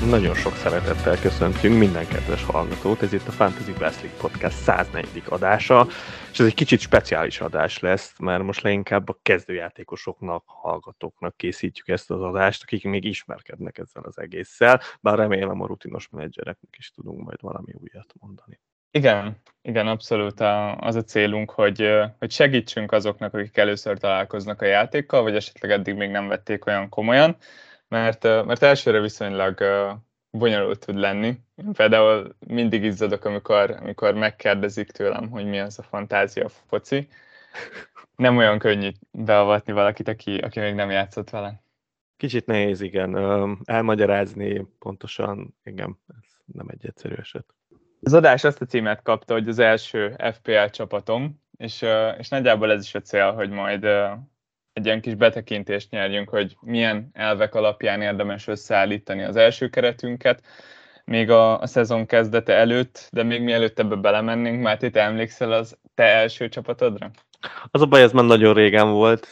Nagyon sok szeretettel köszöntünk minden kedves hallgatót, ez itt a Fantasy Best League Podcast 104. adása, és ez egy kicsit speciális adás lesz, mert most leginkább a kezdőjátékosoknak, hallgatóknak készítjük ezt az adást, akik még ismerkednek ezzel az egésszel, bár remélem a rutinos menedzsereknek is tudunk majd valami újat mondani. Igen, abszolút az a célunk, hogy segítsünk azoknak, akik először találkoznak a játékkal, vagy esetleg eddig még nem vették olyan komolyan, mert elsőre viszonylag bonyolult tud lenni. Én például mindig izzadok, amikor megkérdezik tőlem, hogy mi az a fantázia foci. Nem olyan könnyű beavatni valakit, aki még nem játszott vele. Kicsit nehéz, igen, elmagyarázni pontosan, igen, ez nem egy egyszerű eset. Az adás azt a címet kapta, hogy az első FPL csapatom, és nagyjából ez is a cél, hogy majd egy ilyen kis betekintést nyerjünk, hogy milyen elvek alapján érdemes összeállítani az első keretünket, még a szezon kezdete előtt, de még mielőtt ebbe belemennénk, Máté, te emlékszel az te első csapatodra? Az a baj, ez már nagyon régen volt,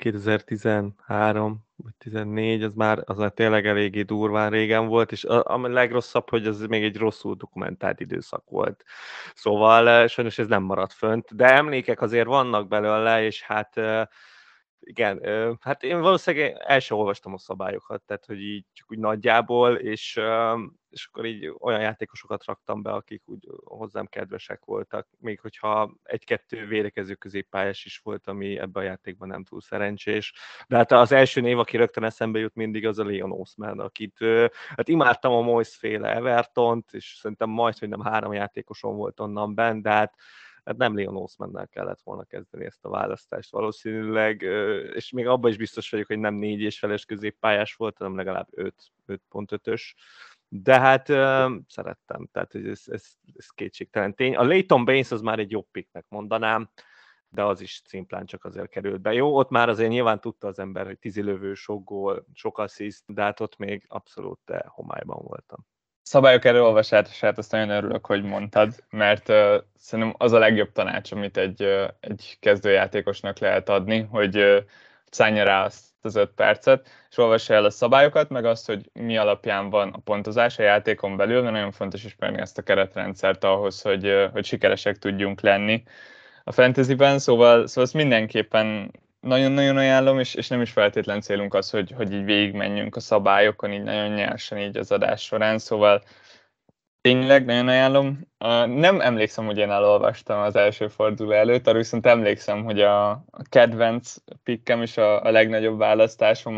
2013 vagy 14, az már tényleg eléggé durván régen volt, és a legrosszabb, hogy ez még egy rosszul dokumentált időszak volt. Szóval sajnos ez nem maradt fönt, de emlékek azért vannak belőle, és hát igen, hát én valószínűleg el sem olvastam a szabályokat, tehát hogy így csak úgy nagyjából, és akkor így olyan játékosokat raktam be, akik úgy hozzám kedvesek voltak, még hogyha egy-kettő védekező középpályás is volt, ami ebben a játékban nem túl szerencsés. De hát az első név, aki rögtön eszembe jut mindig, az a Leon Osman, akit hát imádtam a Moyes-féle Evertont, és szerintem majd, hogy nem 3 játékoson volt onnan benn, de hát nem Leon Osmannál kellett volna kezdeni ezt a választást valószínűleg, és még abban is biztos vagyok, hogy nem 4,5-es középpályás volt, hanem legalább 5.5-ös. De hát szerettem, tehát ez kétségtelen tény. A Leighton Baines az már egy jobb picknek mondanám, de az is szimplán csak azért került be. Jó, ott már azért nyilván tudta az ember, hogy 10 lövő, sok gól, sok assziszt, de hát ott még abszolút homályban voltam. Szabályok elolvasását azt nagyon örülök, hogy mondtad, mert szerintem az a legjobb tanács, amit egy kezdőjátékosnak lehet adni, hogy szállja rá azt az 5 percet, és olvassa el a szabályokat, meg azt, hogy mi alapján van a pontozás a játékon belül, mert nagyon fontos ismerni ezt a keretrendszert ahhoz, hogy sikeresek tudjunk lenni a fantasyben, szóval ezt mindenképpen nagyon-nagyon ajánlom, és nem is feltétlen célunk az, hogy így végigmenjünk a szabályokon, így nagyon nyersen így az adás során, szóval tényleg nagyon ajánlom. Nem emlékszem, hogy én elolvastam az első forduló előtt, arra viszont emlékszem, hogy a kedvenc pikkem és a legnagyobb választásom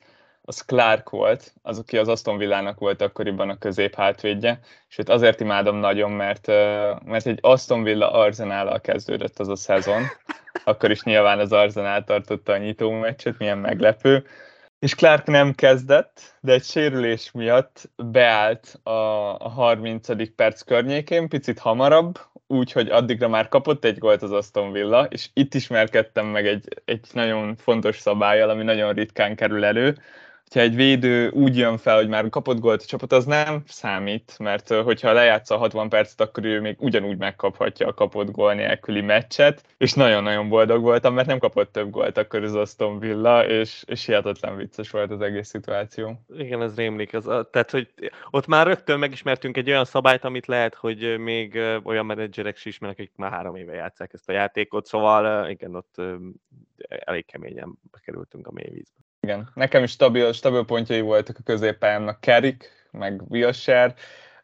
az Clark volt, az, aki az Aston Villának volt akkoriban a középhátvédje, és őt azért imádom nagyon, mert egy Aston Villa Arsenállal kezdődött az a szezon, akkor is nyilván az Arsenal tartotta a nyitó meccset, milyen meglepő. És Clark nem kezdett, de egy sérülés miatt beállt a 30. perc környékén, picit hamarabb, úgyhogy addigra már kapott egy gólt az Aston Villa, és itt ismerkedtem meg egy nagyon fontos szabállyal, ami nagyon ritkán kerül elő. Ha egy védő úgy jön fel, hogy már kapott gólt a csapat, az nem számít, mert hogyha lejátsza a 60 percet, akkor ő még ugyanúgy megkaphatja a kapott gól nélküli meccset, és nagyon-nagyon boldog voltam, mert nem kapott több gólt akkor az Aston Villa, és hihetetlen vicces volt az egész szituáció. Igen, ez rémlik. Tehát, hogy ott már rögtön megismertünk egy olyan szabályt, amit lehet, hogy még olyan menedzserek is ismernek, akik már 3 éve játsszák ezt a játékot, szóval igen, ott elég keményen bekerültünk a mélyvízbe. Igen, nekem is stabil pontjai voltak a középpályámnak, Carrick, meg Wilshere.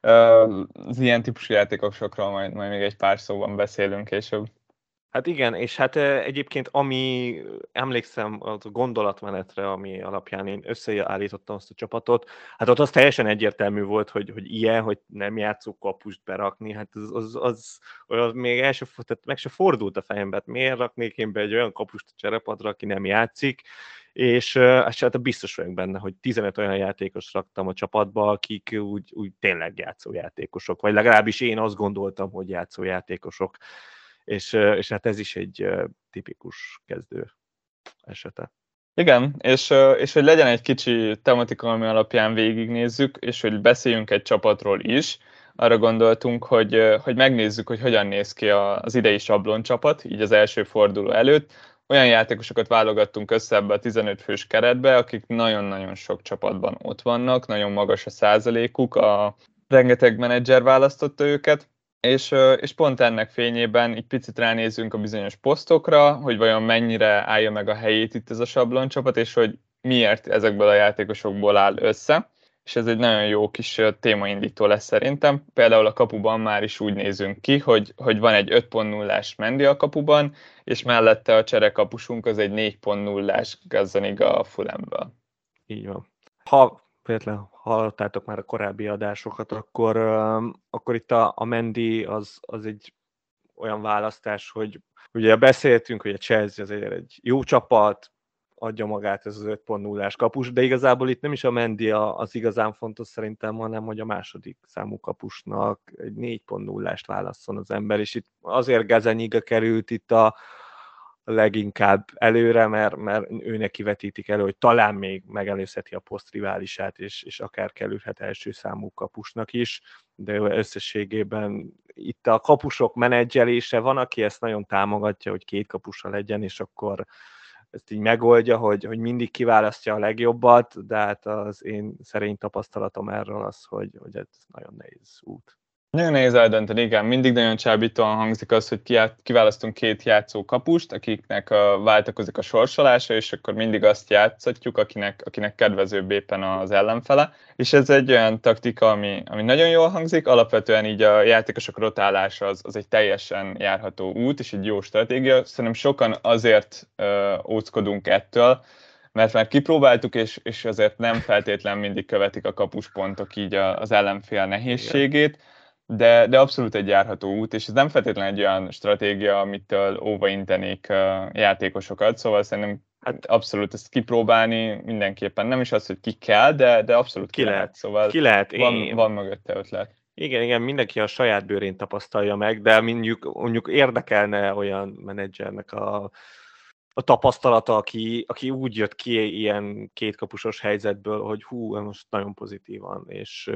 Az ilyen típusú játékosokról majd még egy pár szóban beszélünk később. Hát igen, és hát egyébként ami emlékszem a gondolatmenetre, ami alapján én összeállítottam azt a csapatot, hát ott az teljesen egyértelmű volt, hogy ilyen, hogy nem játszó kapust berakni, hát az még tehát meg se fordult a fejembe, hát miért raknék én be egy olyan kapust a cserepadra, aki nem játszik, és hát biztos vagyok benne, hogy 15 olyan játékos raktam a csapatba, akik úgy tényleg játszójátékosok, vagy legalábbis én azt gondoltam, hogy játszójátékosok. És hát ez is egy tipikus kezdő esete. Igen, és hogy legyen egy kicsi tematika, ami alapján végignézzük, és hogy beszéljünk egy csapatról is, arra gondoltunk, hogy megnézzük, hogy hogyan néz ki az idei sabloncsapat, így az első forduló előtt, olyan játékosokat válogattunk össze ebbe a 15 fős keretbe, akik nagyon-nagyon sok csapatban ott vannak, nagyon magas a százalékuk, rengeteg menedzser választotta őket, és pont ennek fényében egy picit ránézünk a bizonyos posztokra, hogy vajon mennyire állja meg a helyét itt ez a sabloncsapat, és hogy miért ezekből a játékosokból áll össze. És ez egy nagyon jó kis témaindító lesz szerintem. Például a kapuban már is úgy nézünk ki, hogy van egy 5.0-ás Mendy a kapuban, és mellette a cserekapusunk az egy 4.0-ás Gazzaniga a Fulhamből. Így van. Ha véletlenül hallottátok már a korábbi adásokat, akkor itt a Mendy az egy olyan választás, hogy ugye beszéltünk, hogy a Chelsea az egy jó csapat, adja magát ez az 5.0-ás kapus, de igazából itt nem is a Mendy az igazán fontos szerintem, hanem hogy a második számú kapusnak egy 4.0-ást válasszon az ember, és itt azért Gazzaniga került itt a leginkább előre, mert ő neki vetítik elő, hogy talán még megelőzheti a posztriválisát, és akár kerülhet első számú kapusnak is, de összességében itt a kapusok menedzselése van, aki ezt nagyon támogatja, hogy két kapusa legyen, és akkor ezt így megoldja, hogy mindig kiválasztja a legjobbat, de hát az én szerény tapasztalatom erről az, hogy ez nagyon nehéz út. Nagyon nehéz eldönteni, igen. Mindig nagyon csábítóan hangzik az, hogy kiválasztunk két játszó kapust, akiknek váltakozik a sorsolása, és akkor mindig azt játszatjuk, akinek kedvezőbb éppen az ellenfele. És ez egy olyan taktika, ami nagyon jól hangzik. Alapvetően így a játékosok rotálása az egy teljesen járható út, és egy jó stratégia. Szerintem sokan azért óckodunk ettől, mert már kipróbáltuk, és azért nem feltétlen mindig követik a kapuspontok így az ellenfél nehézségét. De abszolút egy járható út, és ez nem feltétlenül egy olyan stratégia, amitől óvaintenék játékosokat, szóval szerintem abszolút ezt kipróbálni mindenképpen. Nem is az, hogy ki kell, de abszolút ki lehet. Szóval ki lehet. Van mögötte ötlet. Igen, mindenki a saját bőrén tapasztalja meg, de mondjuk érdekelne olyan menedzsernek a tapasztalata, aki úgy jött ki ilyen kétkapusos helyzetből, hogy most nagyon pozitívan, és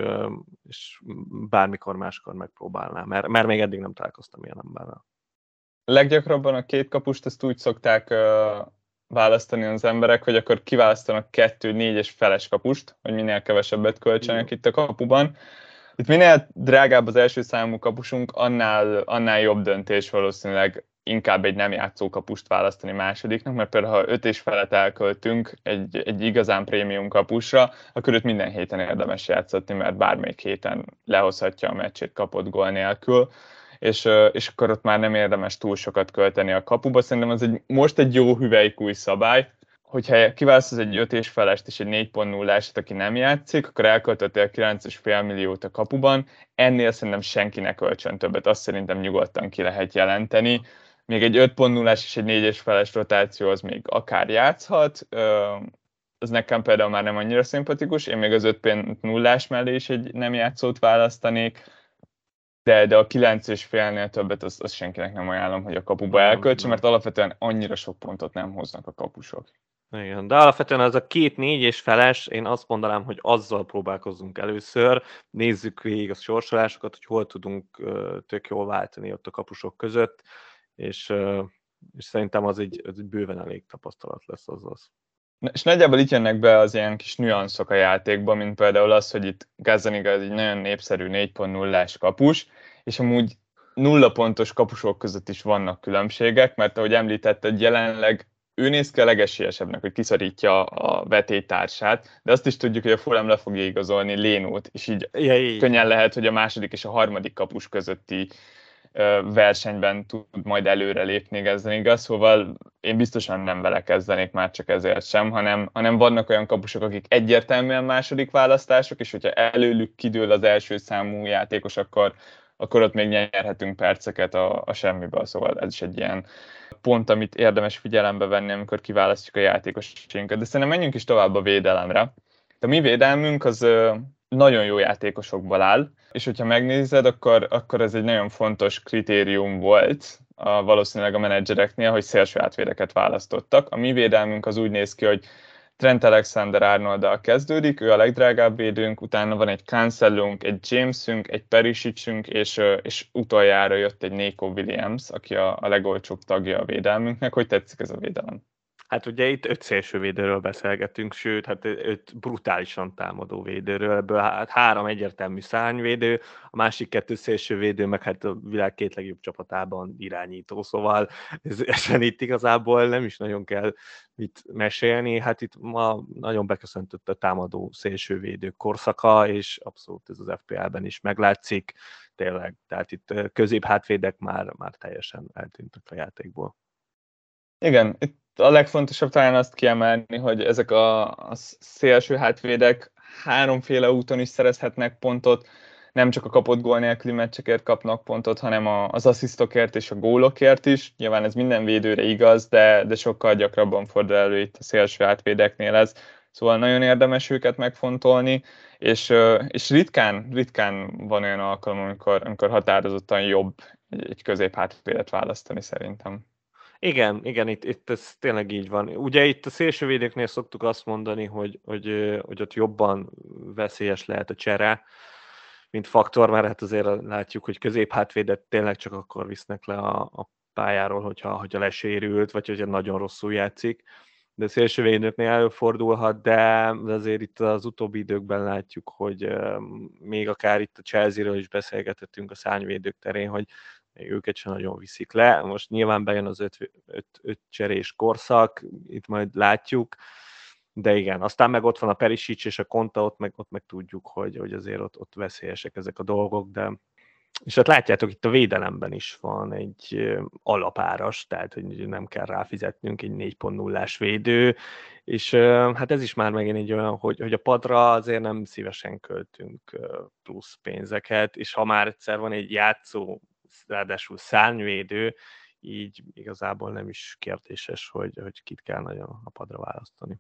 bármikor máskor megpróbálnám, mert még eddig nem találkoztam ilyen emberrel. Leggyakrabban a két kapust ezt úgy szokták választani az emberek, hogy akkor kiválasztanak 2 4-es feles kapust, hogy minél kevesebbet költsenek itt a kapuban. Itt minél drágább az első számú kapusunk, annál jobb döntés valószínűleg inkább egy nem játszó kapust választani másodiknak, mert például ha 5 és felett elköltünk egy igazán prémium kapusra, akkor őt minden héten érdemes játszatni, mert bármelyik héten lehozhatja a meccsét kapott gól nélkül, és akkor ott már nem érdemes túl sokat költeni a kapuba. Szerintem ez most egy jó hüvelykúj szabály, hogyha kiválasztasz egy 5 és felest és egy 4.0-ásat, aki nem játszik, akkor elköltöttél 9,5 milliót a kapuban, ennél szerintem senki ne költsön többet, azt szerintem nyugodtan ki lehet jelenteni. Még egy 5.0-ás és egy 4 feles rotáció az még akár játszhat, az nekem például már nem annyira szimpatikus, én még az 5.0-ás mellé is egy nem játszót választanék, de a 9,5-nél többet azt senkinek nem ajánlom, hogy a kapuba elköltse, mert alapvetően annyira sok pontot nem hoznak a kapusok. Igen, de alapvetően az a 2 4 és feles, én azt mondanám, hogy azzal próbálkozzunk először, nézzük végig a sorsolásokat, hogy hol tudunk tök jól váltani ott a kapusok között, és szerintem az egy bőven elég tapasztalat lesz az. És nagyjából itt jönnek be az ilyen kis nüanszok a játékban, mint például az, hogy itt Gazzaniga egy nagyon népszerű 4.0-ás kapus, és amúgy 0 pontos kapusok között is vannak különbségek, mert ahogy említetted, jelenleg ő néz ki a legesélyesebbnek, hogy kiszorítja a vetélytársát, de azt is tudjuk, hogy a Fulham le fogja igazolni Lénót, és így könnyen lehet, hogy a második és a harmadik kapus közötti versenyben tud majd előrelépni Gazzaniga, szóval én biztosan nem vele kezdenék már csak ezért sem, hanem vannak olyan kapusok, akik egyértelműen második választások, és hogyha előlük kidől az első számú játékos, akkor ott még nyerhetünk perceket a semmiből, szóval ez is egy ilyen pont, amit érdemes figyelembe venni, amikor kiválasztjuk a játékosainkat. De szerintem menjünk is tovább a védelemre. A mi védelmünk az nagyon jó játékosokból áll, és hogyha megnézed, akkor ez egy nagyon fontos kritérium volt valószínűleg a menedzsereknél, hogy szélső átvédeket választottak. A mi védelmünk az úgy néz ki, hogy Trent Alexander-Arnolddal kezdődik, ő a legdrágább védőnk, utána van egy Cancellónk, egy Jamesünk, egy Perisicünk, és utoljára jött egy Nico Williams, aki a legolcsóbb tagja a védelmünknek. Hogy tetszik ez a védelem? Hát ugye itt 5 szélsővédőről beszélgetünk, sőt, hát 5 brutálisan támadó védőről, ebből hát 3 egyértelmű szárnyvédő, a másik 2 szélsővédő, meg hát a világ 2 legjobb csapatában irányító, szóval ezen itt igazából nem is nagyon kell mit mesélni, hát itt ma nagyon beköszöntött a támadó szélsővédő korszaka, és abszolút ez az FPL-ben is meglátszik, tényleg, tehát itt középhátvédek már teljesen eltűntek a játékból. Igen, itt a legfontosabb talán azt kiemelni, hogy ezek a szélső hátvédek háromféle úton is szerezhetnek pontot, nem csak a kapott gól nélküli meccsekért kapnak pontot, hanem az asszisztokért és a gólokért is. Nyilván ez minden védőre igaz, de sokkal gyakrabban fordul elő itt a szélső hátvédeknél ez. Szóval nagyon érdemes őket megfontolni, és ritkán van olyan alkalom, amikor határozottan jobb egy középhátvédet választani szerintem. Igen, itt ez tényleg így van. Ugye itt a szélsővédőknél szoktuk azt mondani, hogy ott jobban veszélyes lehet a csere, mint faktor, mert hát azért látjuk, hogy középhátvédet tényleg csak akkor visznek le a pályáról, hogyha lesérült, vagy hogyha nagyon rosszul játszik. De a szélsővédőknél előfordulhat, de azért itt az utóbbi időkben látjuk, hogy még akár itt a Chelsea-ről is beszélgethetünk a szárnyvédők terén, hogy őket sem nagyon viszik le. Most nyilván bejön az 5 cserés korszak, itt majd látjuk, de igen, aztán meg ott van a Perisic és a Konta, ott meg tudjuk, hogy azért ott veszélyesek ezek a dolgok, de és hát látjátok, itt a védelemben is van egy alapáras, tehát hogy nem kell ráfizetnünk egy 4.0-ás védő, és hát ez is már megint egy olyan, hogy a padra azért nem szívesen költünk plusz pénzeket, és ha már egyszer van egy játszó, ráadásul szárnyvédő, így igazából nem is kérdéses, hogy kit kell nagyon a padra választani.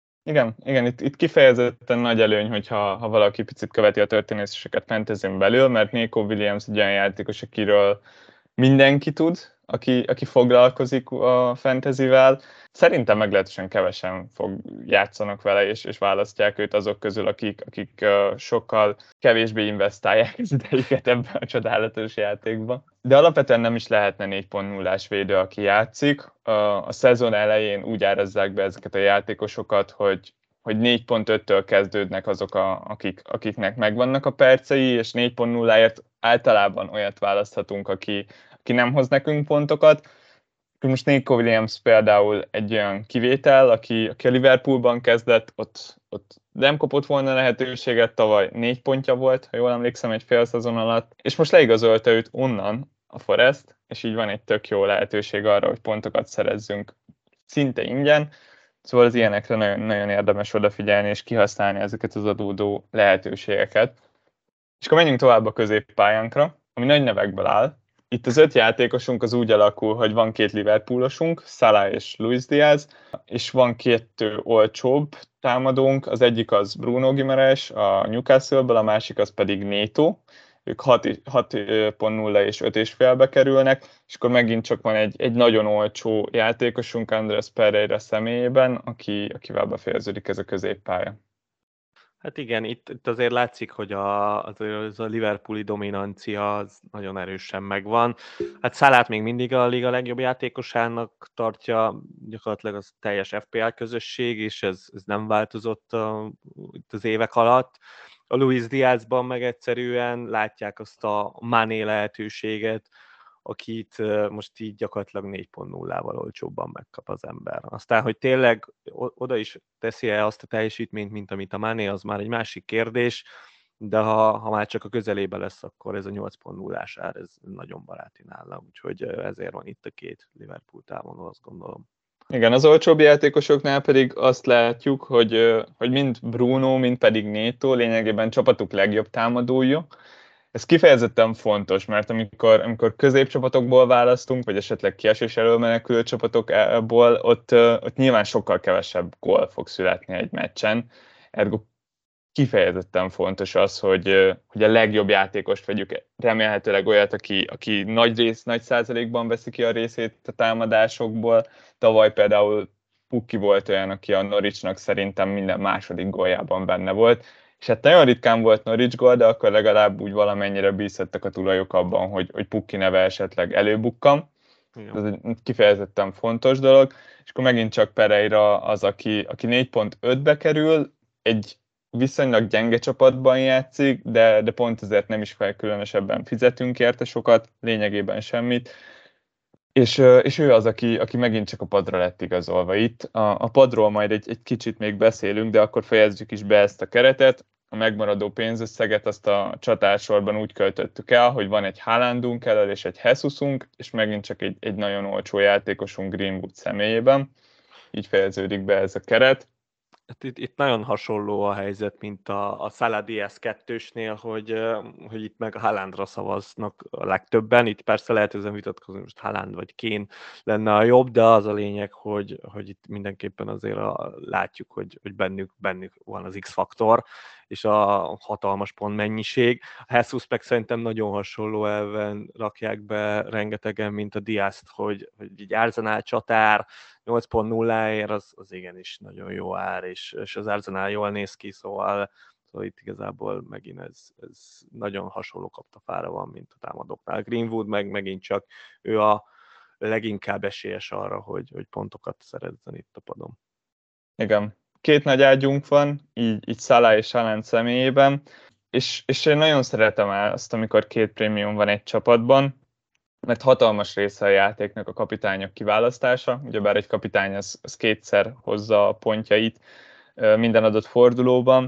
Igen, itt kifejezetten nagy előny, hogyha valaki picit követi a történéseket fantasyn belül, mert Nico Williams egy olyan játékos, akiről mindenki tud, aki foglalkozik a fantasyvel. Szerintem meglehetősen kevesen játszanak vele, és választják őt azok közül, akik sokkal kevésbé investálják az idejüket ebben a csodálatos játékba. De alapvetően nem is lehetne 4.0-ás védő, aki játszik. A szezon elején úgy árazzák be ezeket a játékosokat, hogy 4.5-től kezdődnek azok, akiknek megvannak a percei, és 4.0-ért általában olyat választhatunk, aki nem hoz nekünk pontokat. Most Nico Williams például egy olyan kivétel, aki a Liverpoolban kezdett, ott nem kapott volna lehetőséget, tavaly 4 pontja volt, ha jól emlékszem, egy fél szezon alatt, és most leigazolta őt onnan a Forest, és így van egy tök jó lehetőség arra, hogy pontokat szerezzünk szinte ingyen, szóval az ilyenekre nagyon, nagyon érdemes odafigyelni, és kihasználni ezeket az adódó lehetőségeket. És akkor menjünk tovább a középpályánkra, ami nagy nevekből áll. Itt az 5 játékosunk az úgy alakul, hogy van 2 Liverpoolosunk, Salah és Luis Diaz, és van 2 olcsóbb támadónk, az egyik az Bruno Guimaraes a Newcastle-ből, a másik az pedig Neto, ők 6.0 és 5,5-be kerülnek, és akkor megint csak van egy nagyon olcsó játékosunk Andrés Pereira személyében, akivel befejeződik ez a középpálya. Hát igen, itt azért látszik, hogy az a Liverpooli dominancia az nagyon erősen megvan. Hát Salát még mindig a liga legjobb játékosának tartja gyakorlatilag az teljes FPL közösség, és ez nem változott itt az évek alatt. A Luis Diazban meg egyszerűen látják azt a Mané lehetőséget, akit most így gyakorlatilag 4.0-val olcsóbban megkap az ember. Aztán, hogy tényleg oda is teszi-e azt a teljesítményt, mint amit a Mané, az már egy másik kérdés, de ha már csak a közelébe lesz, akkor ez a 8.0-ás ár, ez nagyon baráti nála, úgyhogy ezért van itt a 2 Liverpool támadó, azt gondolom. Igen, az olcsóbb játékosoknál pedig azt látjuk, hogy mind Bruno, mind pedig Neto lényegében csapatuk legjobb támadója. Ez kifejezetten fontos, mert amikor középcsapatokból választunk, vagy esetleg kiesés elől menekülő csapatokból, ott nyilván sokkal kevesebb gól fog születni egy meccsen. Ergo kifejezetten fontos az, hogy a legjobb játékost vegyük, remélhetőleg olyat, aki nagy százalékban veszi ki a részét a támadásokból. Tavaly például Pukki volt olyan, aki a Norwichnak szerintem minden második góljában benne volt, és hát nagyon ritkán volt Norwich gól, de akkor legalább úgy valamennyire bízhattak a tulajok abban, hogy Pukki neve esetleg előbukkan. Ez Igen. egy kifejezetten fontos dolog, és akkor megint csak Pereira az, aki 4.5-be kerül, egy viszonylag gyenge csapatban játszik, de pont ezért nem is kell különösebben fizetünk érte sokat, lényegében semmit, és ő az, aki megint csak a padra lett igazolva itt. A padról majd egy kicsit még beszélünk, de akkor fejezzük is be ezt a keretet. A megmaradó pénzösszeget azt a csatársorban úgy költöttük el, hogy van egy Haalandunk elől és egy Jesusunk, és megint csak egy nagyon olcsó játékosunk Greenwood személyében. Így fejeződik be ez a keret. Hát itt nagyon hasonló a helyzet, mint a Salah Diaz 2-snél, hogy itt meg a Haalandra szavaznak a legtöbben. Itt persze lehet ezen vitatkozni, most Haaland vagy Kane lenne a jobb, de az a lényeg, hogy itt mindenképpen azért látjuk, hogy bennük van az X-faktor, és a hatalmas pont mennyiség. A Jesus meg szerintem nagyon hasonló elven rakják be rengetegen, mint a Diaz-t, hogy egy Arsenal csatár, 8.0-ért az igenis nagyon jó ár, és az Arsenal jól néz ki, szóval itt igazából megint ez nagyon hasonló kaptafára van, mint a támadóknál. Greenwood meg megint csak ő a leginkább esélyes arra, hogy pontokat szerezzen itt a padon. Igen. Két nagy ágyunk van, így Salah és Haaland személyében, és én nagyon szeretem azt, amikor két prémium van egy csapatban, mert hatalmas része a játéknak a kapitányok kiválasztása, ugyebár egy kapitány az kétszer hozza a pontjait minden adott fordulóban,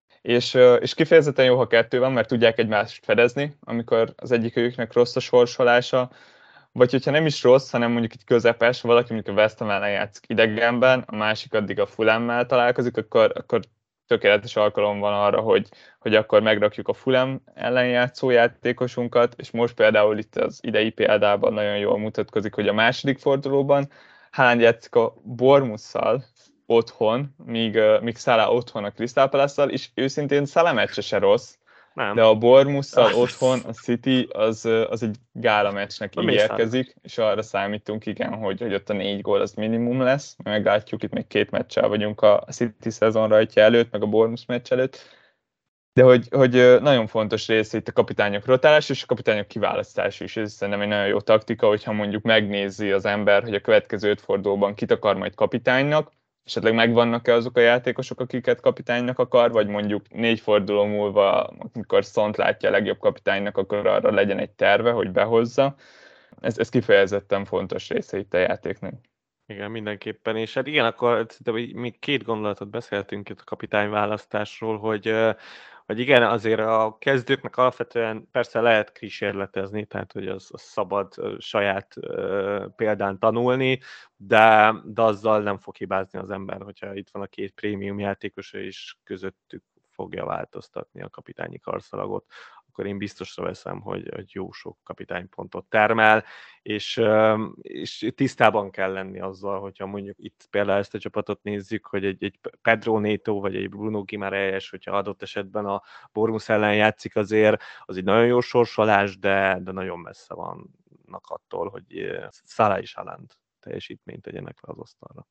és kifejezetten jó, ha kettő van, mert tudják egymást fedezni, amikor az egyikőjüknek rossz a sorsolása, vagy hogyha nem is rossz, hanem mondjuk egy közepes, valaki mondjuk a West Ham ellen játszik idegenben, a másik addig a Fulhammel találkozik, akkor tökéletes alkalom van arra, hogy akkor megrakjuk a Fulham ellen játszó játékosunkat, és most például itt az idei példában nagyon jól mutatkozik, hogy a második fordulóban Haaland játszik a Bournemouth-szal otthon, míg Salah otthon a Crystal Palace-szal, és őszintén Salah meccse se rossz, Nem. de a Bournemouth-szal otthon a City az egy gála meccsnek ígérkezik, és arra számítunk, igen, hogy ott a 4 gól az minimum lesz, meglátjuk, itt még 2 meccsel vagyunk a City szezon rajtja előtt, meg a Bournemouth meccs előtt, de hogy nagyon fontos része itt a kapitányok rotálás és a kapitányok kiválasztása is. Ez szerintem egy nagyon jó taktika, hogyha mondjuk megnézi az ember, hogy a következő 5 fordulóban kit akar majd kapitánynak, esetleg megvannak-e azok a játékosok, akiket kapitánynak akar, vagy mondjuk 4 forduló múlva, amikor Szont látja a legjobb kapitánynak, akkor arra legyen egy terve, hogy behozza. Ez kifejezetten fontos része itt a játéknak. Igen, mindenképpen, és hát igen, akkor még 2 gondolatot beszéltünk itt a kapitányválasztásról, hogy igen, azért a kezdőknek alapvetően persze lehet kísérletezni, tehát hogy az szabad saját példán tanulni, de azzal nem fog hibázni az ember, hogyha itt van a 2 prémium játékosa, és közöttük fogja változtatni a kapitányi karszalagot, akkor én biztosra veszem, hogy jó sok kapitánypontot termel, és tisztában kell lenni azzal, hogyha mondjuk itt például ezt a csapatot nézzük, hogy egy Pedro Neto vagy egy Bruno Guimaraes, hogyha adott esetben a Bournemouth ellen játszik, azért az egy nagyon jó sorsolás, de nagyon messze vannak attól, hogy Salah és Haaland teljesítményt tegyenek le az asztalra.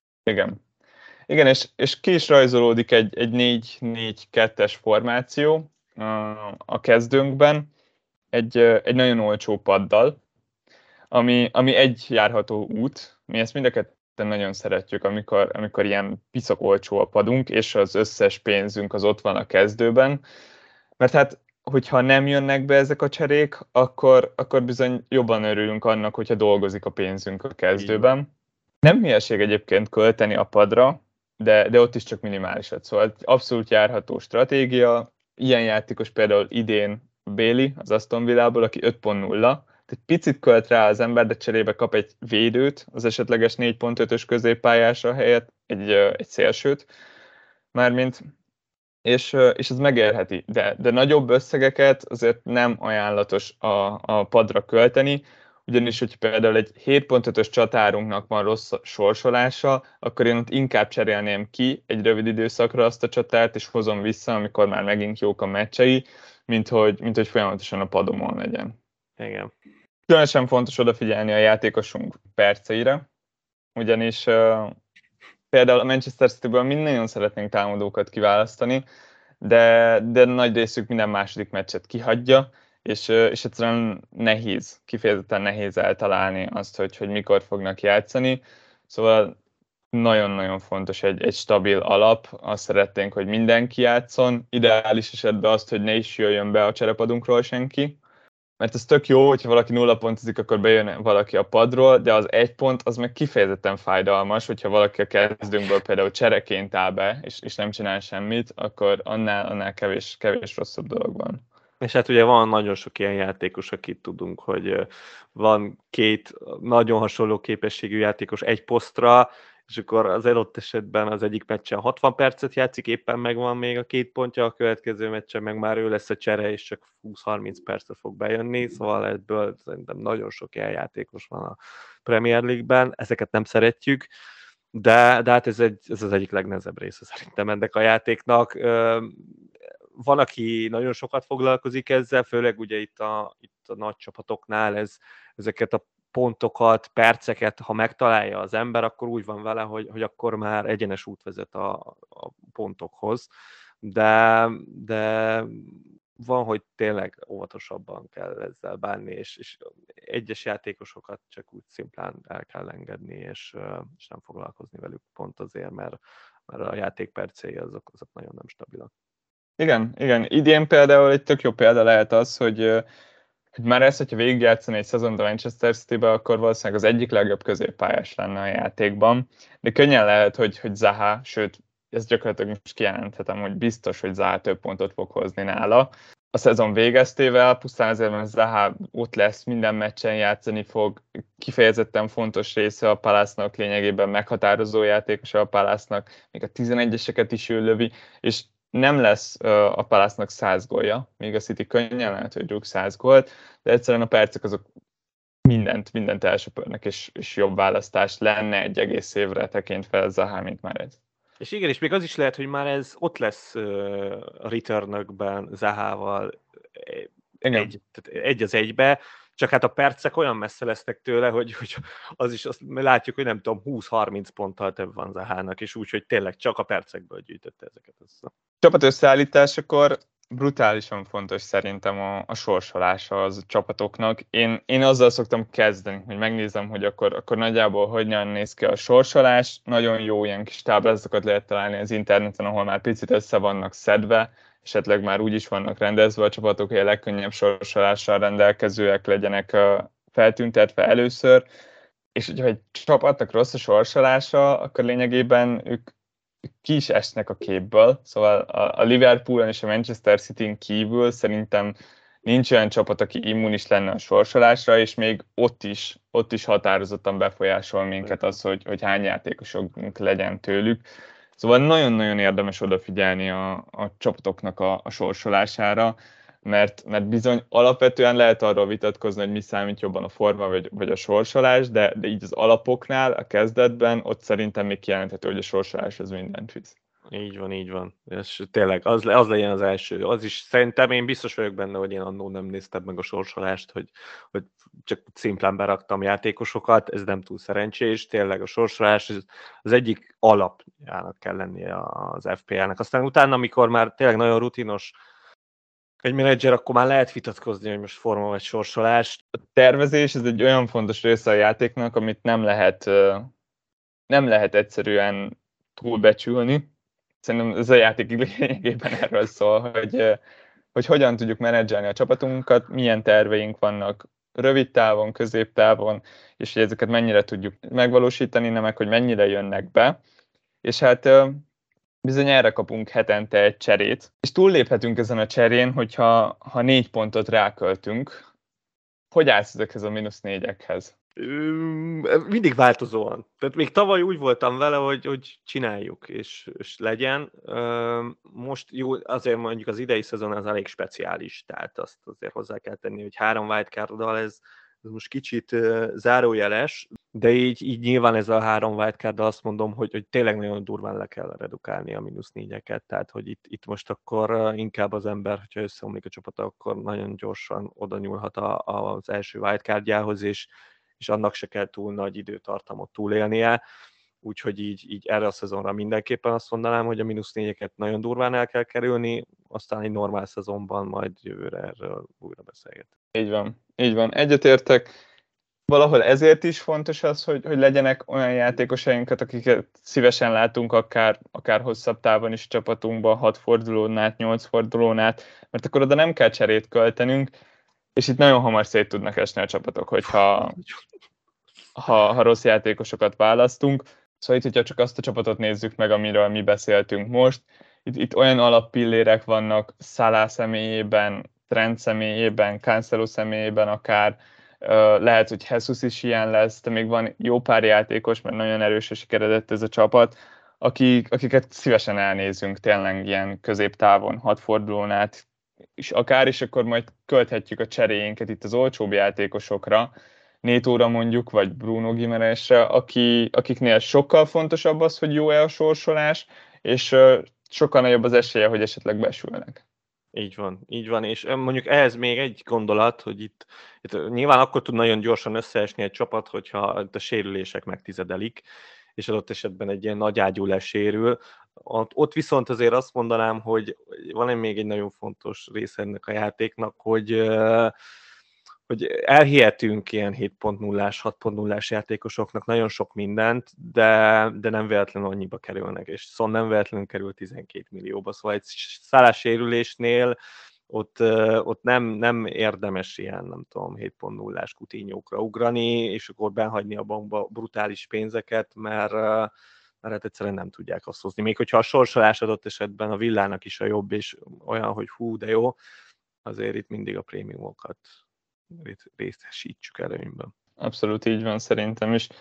Igen, és ki is rajzolódik egy 4-4-2-es formáció a kezdőnkben, egy nagyon olcsó paddal, ami egy járható út. Mi ezt mind a ketten nagyon szeretjük, amikor ilyen piszok olcsó a padunk, és az összes pénzünk az ott van a kezdőben. Mert hát, hogyha nem jönnek be ezek a cserék, akkor bizony jobban örülünk annak, hogyha dolgozik a pénzünk a kezdőben. Nem hülyeség egyébként költeni a padra, de ott is csak minimálisat. Szóval abszolút járható stratégia. Ilyen játékos például idén Bailey az Aston Villából, aki 5.0, egy picit költ rá az ember, de cserébe kap egy védőt az esetleges 4.5-ös középpályásra helyett, egy szélsőt, mármint, és ez megérheti. De nagyobb összegeket azért nem ajánlatos a padra költeni, ugyanis, hogy például egy 7.5-ös csatárunknak van rossz sorsolása, akkor én ott inkább cserélném ki egy rövid időszakra azt a csatárt, és hozom vissza, amikor már megint jók a meccsei, mint hogy folyamatosan a padomon legyen. Igen. Különösen fontos odafigyelni a játékosunk perceire, ugyanis például a Manchester Cityből mind nagyon szeretnénk támadókat kiválasztani, de nagy részük minden második meccset kihagyja, és egyszerűen nehéz, kifejezetten nehéz eltalálni azt, hogy mikor fognak játszani. Szóval nagyon-nagyon fontos egy stabil alap, azt szeretnénk, hogy mindenki játszon, ideális esetben azt, hogy ne is jöjjön be a cserepadunkról senki, mert ez tök jó, hogyha valaki nulla pontozik, akkor bejön valaki a padról, de az egy pont az meg kifejezetten fájdalmas, hogyha valaki a kezdőnkből például csereként áll be, és nem csinál semmit, akkor annál kevés rosszabb dolog van. És hát ugye van nagyon sok ilyen játékos, akit tudunk, hogy van két nagyon hasonló képességű játékos egy posztra, és akkor az adott esetben az egyik meccsen 60 percet játszik, éppen megvan még a 2 pontja, a következő meccsen meg már ő lesz a csere, és csak 20-30 percet fog bejönni, szóval ebből szerintem nagyon sok ilyen játékos van a Premier League-ben, ezeket nem szeretjük, de hát ez az egyik legnehezebb része szerintem ennek a játéknak. Van, aki nagyon sokat foglalkozik ezzel, főleg ugye itt a nagy csapatoknál ezeket a pontokat, perceket, ha megtalálja az ember, akkor úgy van vele, hogy akkor már egyenes út vezet a pontokhoz. De van, hogy tényleg óvatosabban kell ezzel bánni, és egyes játékosokat csak úgy szimplán el kell engedni, és nem foglalkozni velük pont azért, mert a játékpercei azok nagyon nem stabilak. Igen. Idén például egy tök jó példa lehet az, hogy már ezt, hogyha végigjátszani egy szezont a Manchester City-be, akkor valószínűleg az egyik legjobb középpályás lenne a játékban. De könnyen lehet, hogy Zaha, sőt, ezt gyakorlatilag most kijelenthetem, hogy biztos, hogy Zaha több pontot fog hozni nála. A szezon végeztével, pusztán azért, mert Zaha ott lesz, minden meccsen játszani fog, kifejezetten fontos része a Palace-nak, lényegében meghatározó játékosa a Palace-nak, még a 11-eseket is ő lövi, és nem lesz a Palace-nak 100 gólja, még a City könnyen lehet, hogy rúg 100 gólt, de egyszerűen a percek azok mindent elsöpörnek, és jobb választás lenne egy egész évre tekintve Zaha, mint már ez. És igen, és még az is lehet, hogy már ez ott lesz a return-ökben Zahával egy az egybe, csak hát a percek olyan messze lesznek tőle, hogy az is azt látjuk, hogy nem tudom, 20-30 ponttal több van Zahának, és úgy, hogy tényleg csak a percekből gyűjtötte ezeket össze. Csapat összeállításakor brutálisan fontos szerintem a sorsolása az csapatoknak. Én azzal szoktam kezdeni, hogy megnézem, hogy akkor nagyjából hogyan néz ki a sorsolás. Nagyon jó ilyen kis táblázatokat lehet találni az interneten, ahol már picit össze vannak szedve, esetleg már úgy is vannak rendezve a csapatok, hogy a legkönnyebb sorsolással rendelkezőek legyenek feltüntetve először. És hogyha egy csapatnak rossz a sorsolása, akkor lényegében ők ki is esnek a képből, szóval a Liverpoolon és a Manchester Cityn kívül szerintem nincs olyan csapat, aki immunis lenne a sorsolásra, és még ott is határozottan befolyásol minket az, hogy hány játékosunk legyen tőlük. Szóval nagyon-nagyon érdemes odafigyelni a csapatoknak a sorsolására, mert bizony alapvetően lehet arról vitatkozni, hogy mi számít jobban a forma vagy a sorsolás, de így az alapoknál, a kezdetben, ott szerintem még kijelenthető, hogy a sorsolás az mindent visz. Így van. És tényleg az legyen az első. Az is szerintem én biztos vagyok benne, hogy én annól nem néztem meg a sorsolást, hogy csak szimplán beraktam játékosokat, ez nem túl szerencsés. Tényleg a sorsolás az egyik alapjának kell lennie az FPL-nek. Aztán utána, amikor már tényleg nagyon rutinos egy menedzser, akkor már lehet vitatkozni, hogy most forma vagy sorsolás. A tervezés ez egy olyan fontos része a játéknak, amit nem lehet egyszerűen túlbecsülni. Szerintem ez a játék lényegében erről szól, hogy hogyan tudjuk menedzselni a csapatunkat, milyen terveink vannak rövid távon, középtávon, és hogy ezeket mennyire tudjuk megvalósítani, nem meg, hogy mennyire jönnek be. És hát bizony erre kapunk hetente egy cserét, és túlléphetünk ezen a cserén, hogyha 4 pontot ráköltünk. Hogy állsz ezekhez a -4-ekhez? Mindig változóan. Tehát még tavaly úgy voltam vele, hogy csináljuk, és legyen. Most jó, azért mondjuk az idei szezon az elég speciális, tehát azt azért hozzá kell tenni, hogy 3 wildcarddal ez most kicsit zárójeles, de így nyilván ez a 3 wildcarddal azt mondom, hogy tényleg nagyon durván le kell redukálni a -4-eket, tehát hogy itt most akkor inkább az ember, hogyha összeomlik a csapata, akkor nagyon gyorsan oda nyúlhat az első wildcardjához, és annak se kell túl nagy időtartamot túlélnie. úgyhogy így erre a szezonra mindenképpen azt mondanám, hogy a -4-eket nagyon durván el kell kerülni, aztán egy normál szezonban majd jövőre erről újra beszélgetünk. Így van, egyetértek. Valahol ezért is fontos az, hogy legyenek olyan játékosainkat, akiket szívesen látunk akár hosszabb távon is csapatunkban, 6 fordulón át, 8 fordulón át, mert akkor oda nem kell cserét költenünk, és itt nagyon hamar szét tudnak esni a csapatok, hogyha rossz játékosokat választunk. Szóval itt, hogyha csak azt a csapatot nézzük meg, amiről mi beszéltünk most, itt olyan alappillérek vannak Salah személyében, Trent személyében, Cancelo személyében akár, lehet, hogy Jesus is ilyen lesz, de még van jó pár játékos, mert nagyon erősen sikeredett ez a csapat, akiket szívesen elnézünk tényleg ilyen középtávon, 6 fordulón át, és akár is akkor majd költhetjük a cseréjénket itt az olcsóbb játékosokra, Nétóra mondjuk, vagy Bruno Gimaresre, akiknél sokkal fontosabb az, hogy jó-e a sorsolás, és sokkal nagyobb az esélye, hogy esetleg besülnek. Így van, és mondjuk ehhez még egy gondolat, hogy itt nyilván akkor tud nagyon gyorsan összeesni egy csapat, hogyha a sérülések megtizedelik, és adott esetben egy ilyen nagy ágyú lesérül. Ott viszont azért azt mondanám, hogy van még egy nagyon fontos része ennek a játéknak, hogy elhihetünk ilyen 7.0-ás, 6.0-ás játékosoknak nagyon sok mindent, de nem véletlenül annyiba kerülnek, és szóval nem véletlenül kerül 12 millióba. Szóval egy szállásérülésnél ott nem érdemes ilyen, nem tudom, 7.0-ás Coutinho-kra ugrani, és akkor behagyni a bankba brutális pénzeket, mert hát egyszerűen nem tudják azt hozni. Még hogyha a sorsolás adott esetben a Villának is a jobb, és olyan, hogy hú, de jó, azért itt mindig a prémiumokat részesítsük előnyben. Abszolút így van szerintem is.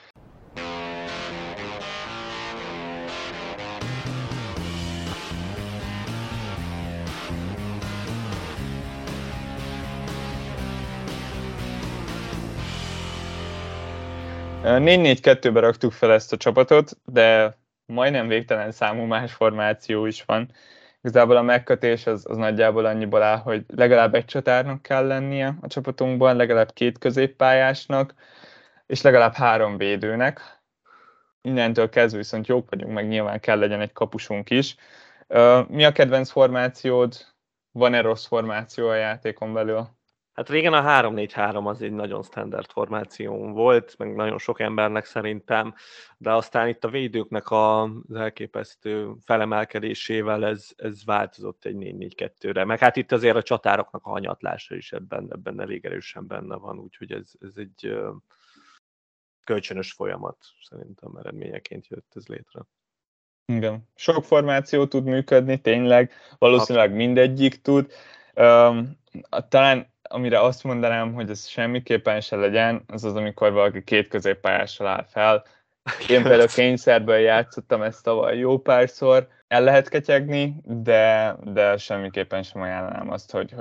A 4-4-2-be raktuk fel ezt a csapatot, de majdnem végtelen számú más formáció is van. Igazából a megkötés az nagyjából annyiból áll, hogy legalább egy csatárnak kell lennie a csapatunkban, legalább 2 középpályásnak, és legalább 3 védőnek. Innentől kezdve viszont jók vagyunk, meg nyilván kell legyen egy kapusunk is. Mi a kedvenc formációd? Van-e rossz formáció a játékon belül? Hát régen a 3-4-3 az egy nagyon standard formáció volt, meg nagyon sok embernek szerintem, de aztán itt a védőknek az elképesztő felemelkedésével ez változott egy 4-4-2-re. Meg hát itt azért a csatároknak a hanyatlása is ebben elég erősen benne van, úgyhogy ez egy kölcsönös folyamat szerintem eredményeként jött ez létre. Igen. Sok formáció tud működni, tényleg, valószínűleg mindegyik tud. Talán amire azt mondanám, hogy ez semmiképpen se legyen, az az, amikor valaki 2 középpályással áll fel. Én például kényszerből játszottam ezt tavaly jó párszor. El lehet ketyegni, de semmiképpen sem ajánlám azt, hogy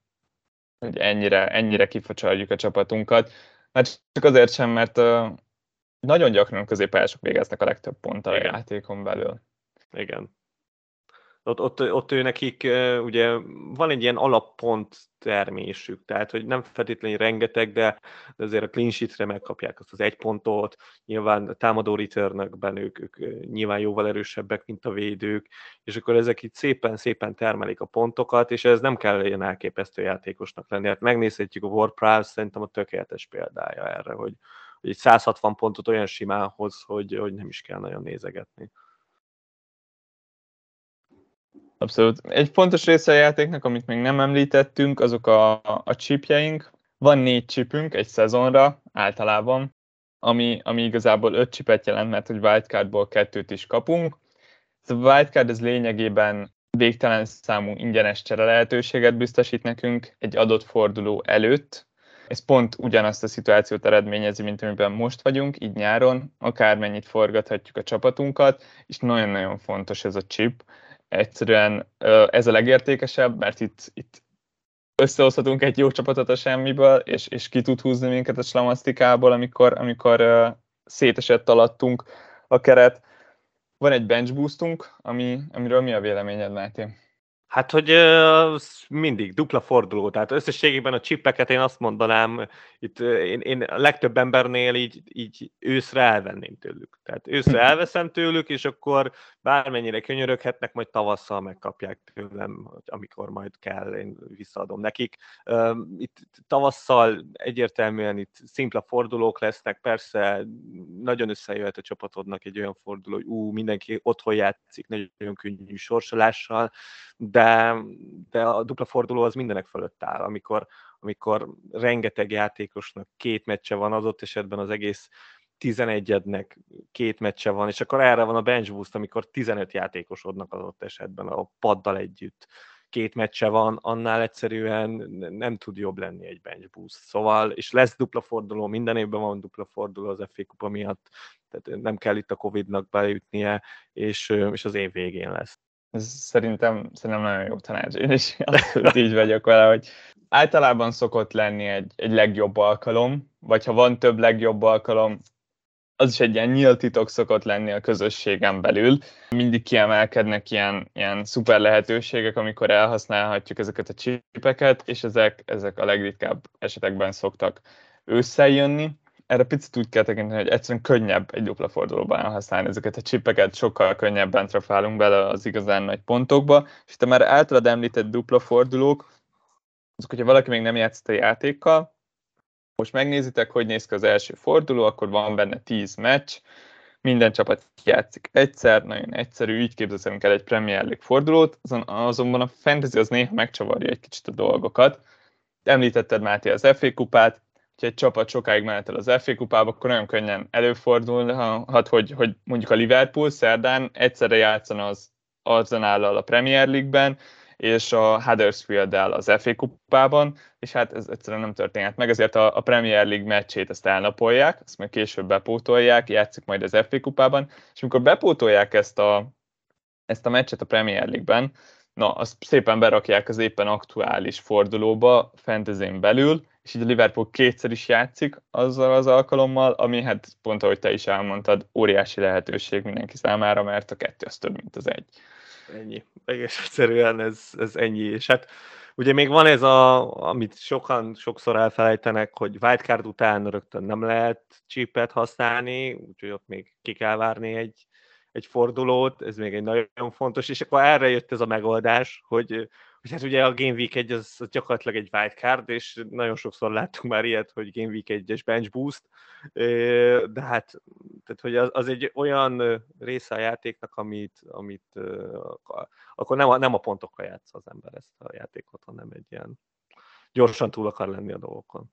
ennyire kifacsarjuk a csapatunkat. Mert csak azért sem, mert nagyon gyakran középpályások végeznek a legtöbb ponttal a játékon belül. Igen. Ott ő nekik ugye van egy ilyen alappont termésük, tehát hogy nem feltétlenül rengeteg, de azért a clean sheetre megkapják azt az 1 pontot, nyilván a támadó returnökben ők nyilván jóval erősebbek, mint a védők, és akkor ezek itt szépen termelik a pontokat, és ez nem kell ilyen elképesztő játékosnak lenni. Hát megnézhetjük a Ward-Prowse, szerintem a tökéletes példája erre, hogy egy 160 pontot olyan simán hoz, hogy nem is kell nagyon nézegetni. Abszolút. Egy fontos része a játéknak, amit még nem említettünk, azok a chipjeink. Van 4 chipünk egy szezonra általában, ami igazából 5 chipet jelent, mert hogy wildcardból 2-t is kapunk. Ez a wildcard ez lényegében végtelen számú ingyenes csere lehetőséget biztosít nekünk egy adott forduló előtt. Ez pont ugyanazt a szituációt eredményezi, mint amiben most vagyunk, így nyáron, akármennyit forgathatjuk a csapatunkat, és nagyon-nagyon fontos ez a chip. Egyszerűen ez a legértékesebb, mert itt összehozhatunk egy jó csapatot a semmiből, és ki tud húzni minket a slamasztikából, amikor szétesett alattunk a keret. Van egy bench boostunk, amiről mi a véleményed, Máté? Hát, hogy mindig dupla forduló, tehát összességében a csippeket én azt mondanám, itt én a legtöbb embernél így őszre elvenném tőlük. Tehát őszre elveszem tőlük, és akkor bármennyire könyöröghetnek, majd tavasszal megkapják tőlem, amikor majd kell, én visszaadom nekik. Itt tavasszal egyértelműen itt szimpla fordulók lesznek, persze nagyon összejöhet a csapatodnak egy olyan forduló, hogy mindenki otthon játszik, nagyon könnyű sorsolással, de a dupla forduló az mindenek fölött áll, amikor rengeteg játékosnak 2 meccse van, adott esetben az egész 11-ednek 2 meccse van, és akkor erre van a bench boost, amikor 15 játékosodnak adott esetben a paddal együtt 2 meccse van, annál egyszerűen nem tud jobb lenni egy bench boost. Szóval, és lesz dupla forduló, minden évben van dupla forduló az FA kupa miatt, tehát nem kell itt a Covid-nak beütnie, és az év végén lesz. Ez szerintem nagyon jó tanács. Én is abszolút így vagyok vele, hogy általában szokott lenni egy legjobb alkalom, vagy ha van több legjobb alkalom, az is egy ilyen nyílt titok szokott lenni a közösségen belül. Mindig kiemelkednek ilyen szuper lehetőségek, amikor elhasználhatjuk ezeket a csipeket, és ezek a legritkább esetekben szoktak összejönni. Erre picit úgy kell tekinteni, hogy egyszerűen könnyebb egy dupla fordulóban elhasználni ezeket a csipeket, sokkal könnyebben trafálunk bele az igazán nagy pontokba, és te már általad említett dupla fordulók, azok, hogyha valaki még nem játszott a játékkal, most megnézitek, hogy néz ki az első forduló, akkor van benne 10 meccs, minden csapat játszik egyszer, nagyon egyszerű, így képzelünk el egy Premier League fordulót, azonban a fantasy az néha megcsavarja egy kicsit a dolgokat. Említetted, Máté, az FA kupát, ha egy csapat sokáig menet el az FA kupába, akkor nagyon könnyen előfordulhat, hogy mondjuk a Liverpool szerdán egyszerre játszana az Arsenal-lal a Premier League-ben, és a Huddersfield-el az FA kupában, és hát ez egyszerűen nem történhet meg, ezért a Premier League meccsét ezt elnapolják, ezt meg később bepótolják, játszik majd az FA kupában, és amikor bepótolják ezt a meccset a Premier League-ben, azt szépen berakják az éppen aktuális fordulóba, fantasy-n belül, és így a Liverpool kétszer is játszik azzal az alkalommal, ami hát pont ahogy te is elmondtad, óriási lehetőség mindenki számára, mert a 2 az több, mint az 1. Ennyi. Egész egyszerűen ez ennyi. És hát ugye még van ez, amit sokszor elfelejtenek, hogy wildcard után rögtön nem lehet chipet használni, úgyhogy ott még ki kell várni egy fordulót, ez még egy nagyon fontos, és akkor erre jött ez a megoldás, hogy hát ugye a Game Week 1 az gyakorlatilag egy wildcard, és nagyon sokszor láttunk már ilyet, hogy Game Week 1-es bench boost, de hát tehát, hogy az egy olyan része a játéknak, amit akkor nem a pontokkal játsz az ember ezt a játékot, hanem egy ilyen gyorsan túl akar lenni a dolgokon.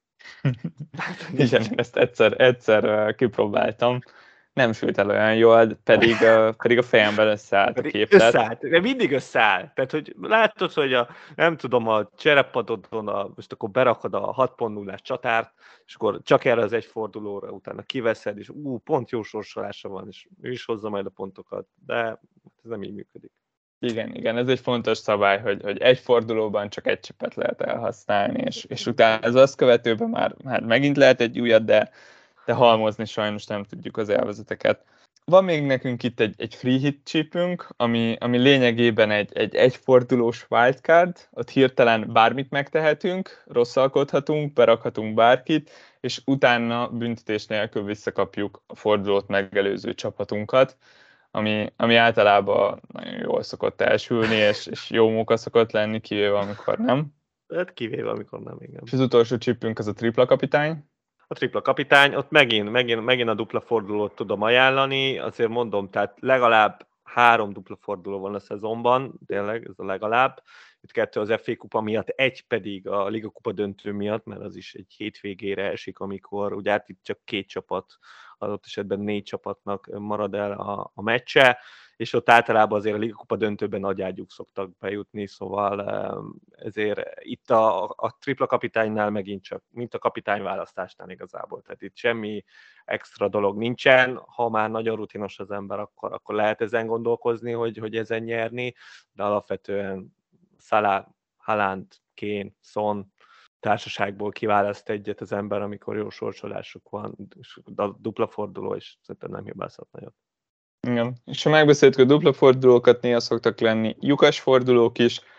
Igen, ezt egyszer kipróbáltam. Nem sült el olyan jól, pedig a fejemben összeállt a képlet. Összeállt, de mindig összeáll. Tehát, hogy látod, hogy a cserepadodon most akkor berakod a 6.0-ás csatárt, és akkor csak erre az egy fordulóra utána kiveszed, és pont jó sorsolása van, és ő is hozza majd a pontokat, de ez nem így működik. Igen, ez egy fontos szabály, hogy egy fordulóban csak egy csipet lehet elhasználni, és utána ez azt követőben már megint lehet egy újat, de halmozni sajnos nem tudjuk az elvezeteket. Van még nekünk itt egy free hit chipünk, ami lényegében egy egyfordulós wildcard, ott hirtelen bármit megtehetünk, rosszalkodhatunk, berakhatunk bárkit, és utána büntetés nélkül visszakapjuk a fordulót megelőző csapatunkat, ami általában nagyon jól szokott elsülni, és jó munka szokott lenni, kivéve amikor nem. Hát kivéve amikor nem, igen. És az utolsó chipünk az a tripla kapitány. A tripla kapitány, ott megint a dupla fordulót tudom ajánlani, azért mondom, tehát legalább 3 dupla forduló van a szezonban, tényleg ez a legalább. Itt 2 az FA kupa miatt, 1 pedig a Liga kupa döntő miatt, mert az is egy hétvégére esik, amikor ugye hát itt csak 2 csapat, adott esetben 4 csapatnak marad el a meccse, és ott általában azért a Liga kupa döntőben nagy ágyúk szoktak bejutni, szóval ezért itt a tripla kapitánynál megint csak, mint a kapitányválasztásnál igazából, tehát itt semmi extra dolog nincsen, ha már nagyon rutinos az ember, akkor lehet ezen gondolkozni, hogy ezen nyerni, de alapvetően Salah, Haaland, Kane, Son társaságból kiválaszt egyet az ember, amikor jó sorsolásuk van, és a dupla forduló, és szerintem nem hibázhat nagyot. Igen. És ha megbeszéltük a dupla fordulókat, néha szoktak lenni lyukas fordulók is,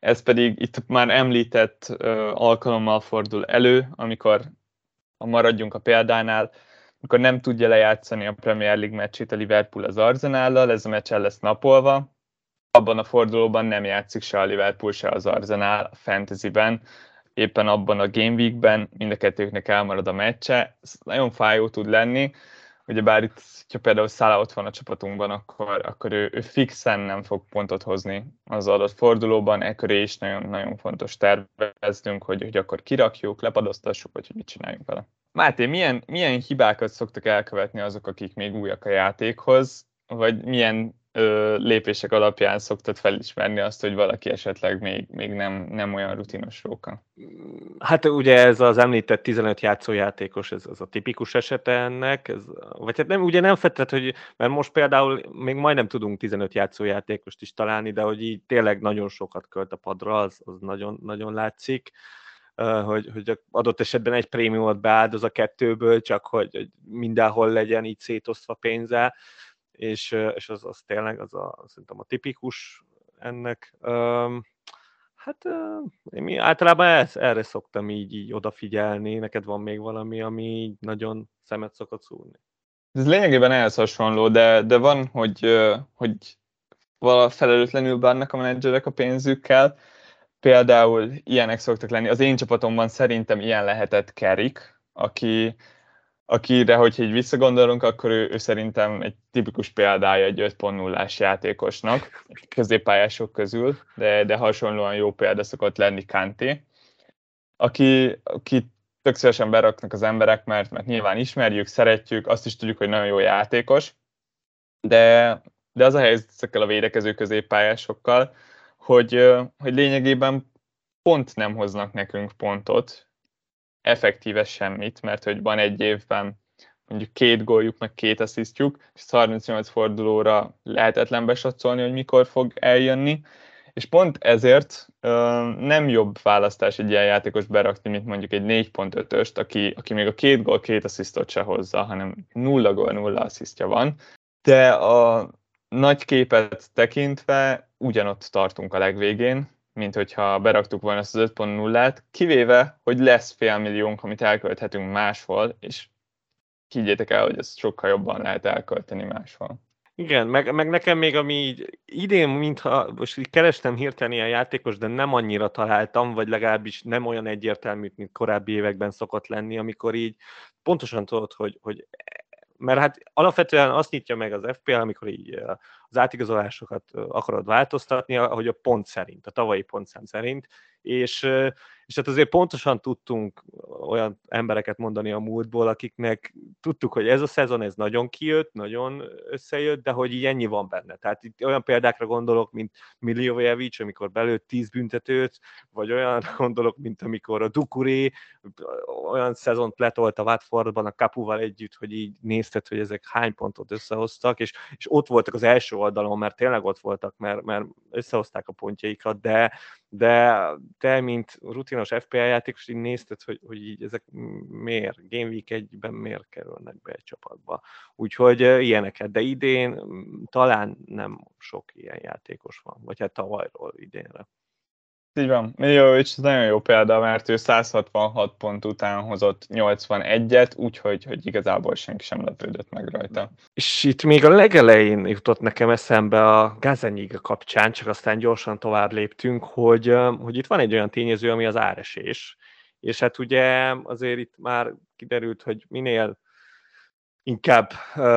Ez pedig itt már említett alkalommal fordul elő, amikor maradjunk a példánál, amikor nem tudja lejátszani a Premier League meccsét a Liverpool az Arsenállal, ez a meccs el lesz napolva. Abban a fordulóban nem játszik se a Liverpool, se az Arsenal a fantasyben, éppen abban a Game Weekben mind a kettőknek elmarad a meccse. Ez nagyon fájó tud lenni, ugyebár itt, ha például Salah ott van a csapatunkban, akkor ő fixen nem fog pontot hozni az adott fordulóban, ekköré is nagyon fontos terveznünk, hogy akkor kirakjuk, lepadoztassuk, vagy hogy mit csináljunk vele. Máté, milyen hibákat szoktak elkövetni azok, akik még újak a játékhoz, vagy milyen lépések alapján szoktad felismerni azt, hogy valaki esetleg még nem olyan rutinos róka? Hát ugye ez az említett 15 játszójátékos, ez az a tipikus esete ennek, vagy hát nem, ugye nem feltett, hogy, mert most például még majdnem tudunk 15 játszójátékost is találni, de hogy így tényleg nagyon sokat költ a padra, az nagyon, nagyon látszik, hogy adott esetben egy prémiumot beáldoz a kettőből, csak hogy mindenhol legyen így szétosztva pénzzel, és az tényleg szerintem a tipikus ennek. Hát én általában erre szoktam így odafigyelni. Neked van még valami, ami így nagyon szemet szokott szúrni? Ez lényegében ehhez hasonló, de van, hogy felelőtlenül bánnak a menedzserek a pénzükkel. Például ilyenek szoktak lenni. Az én csapatomban szerintem ilyen lehetett Kerik, akire, hogyha így visszagondolunk, akkor ő szerintem egy tipikus példája egy 5.0-ás játékosnak középpályások közül, de hasonlóan jó példa szokott lenni Kanté, aki tök szívesen beraknak az emberek, mert nyilván ismerjük, szeretjük, azt is tudjuk, hogy nagyon jó játékos, de az a helyzet ezekkel a védekező középpályásokkal, hogy lényegében pont nem hoznak nekünk pontot, effektíve semmit, mert hogy van egy évben mondjuk 2 góljuk, meg 2 asszisztjuk, és 38 fordulóra lehetetlen besatszolni, hogy mikor fog eljönni, és pont ezért nem jobb választás egy ilyen játékos berakni, mint mondjuk egy 4.5-öst, aki még a 2 gól, 2 asszisztot se hozza, hanem 0 gól, 0 asszisztja van, de a nagy képet tekintve ugyanott tartunk a legvégén, mint hogyha beraktuk volna ezt az 5.0-át, kivéve, hogy lesz $500,000, amit elkölthetünk máshol, és higgyétek el, hogy ezt sokkal jobban lehet elkölteni máshol. Igen, meg nekem még ami így idén, mintha most így kerestem hirtelen ilyen játékos, de nem annyira találtam, vagy legalábbis nem olyan egyértelmű, mint korábbi években szokott lenni, amikor így pontosan tudod, hogy mert hát alapvetően azt nyitja meg az FPL, amikor így az átigazolásokat akarod változtatni, hogy a pont szerint, a tavalyi pontszám szerint, és hát azért pontosan tudtunk olyan embereket mondani a múltból, akiknek tudtuk, hogy ez a szezon ez nagyon kijött, nagyon összejött, de hogy így ennyi van benne. Tehát itt olyan példákra gondolok, mint Milivojevic, amikor belőtt 10 büntetőt, vagy olyan gondolok, mint amikor a Doucouré olyan szezont letolt a Watfordban a Capuval együtt, hogy így nézted, hogy ezek hány pontot összehoztak, és ott voltak az első oldalon, mert tényleg ott voltak, mert összehozták a pontjaikat, de te, mint rutinos FPL játékos, így nézted, hogy így ezek miért, Game Week 1-ben miért kerülnek be egy csapatba. Úgyhogy ilyeneket, de idén talán nem sok ilyen játékos van, vagy hát tavalyról idénre. Így van. Milivojevic nagyon jó példa, mert ő 166 pont után hozott 81-et, úgyhogy igazából senki sem lepődött meg rajta. És itt még a legelején jutott nekem eszembe a Gazzaniga kapcsán, csak aztán gyorsan tovább léptünk, hogy itt van egy olyan tényező, ami az áresés. És hát ugye azért itt már kiderült, hogy minél inkább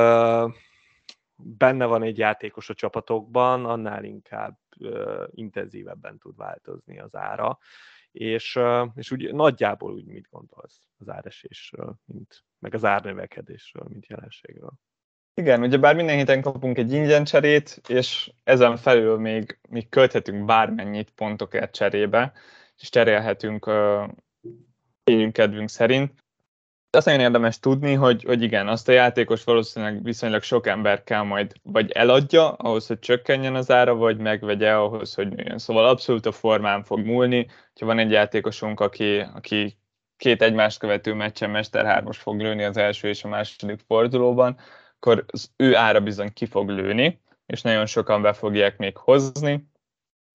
benne van egy játékos a csapatokban, annál inkább intenzívebben tud változni az ára. És úgy nagyjából úgy mit gondolsz az áresésről, meg az árnövekedésről, mint jelenségről? Igen, ugyebár minden héten kapunk egy ingyen cserét, és ezen felül még költhetünk bármennyit pontokért cserébe, és cserélhetünk kedvünk szerint. Azt nagyon érdemes tudni, hogy igen, azt a játékos valószínűleg viszonylag sok ember kell majd vagy eladja, ahhoz, hogy csökkenjen az ára, vagy megvegye ahhoz, hogy nőjön. Szóval abszolút a formán fog múlni. Ha van egy játékosunk, aki 2 egymást követő meccsen Mester 3-os fog lőni az első és a második fordulóban, akkor az ő ára bizony ki fog lőni, és nagyon sokan be fogják még hozni.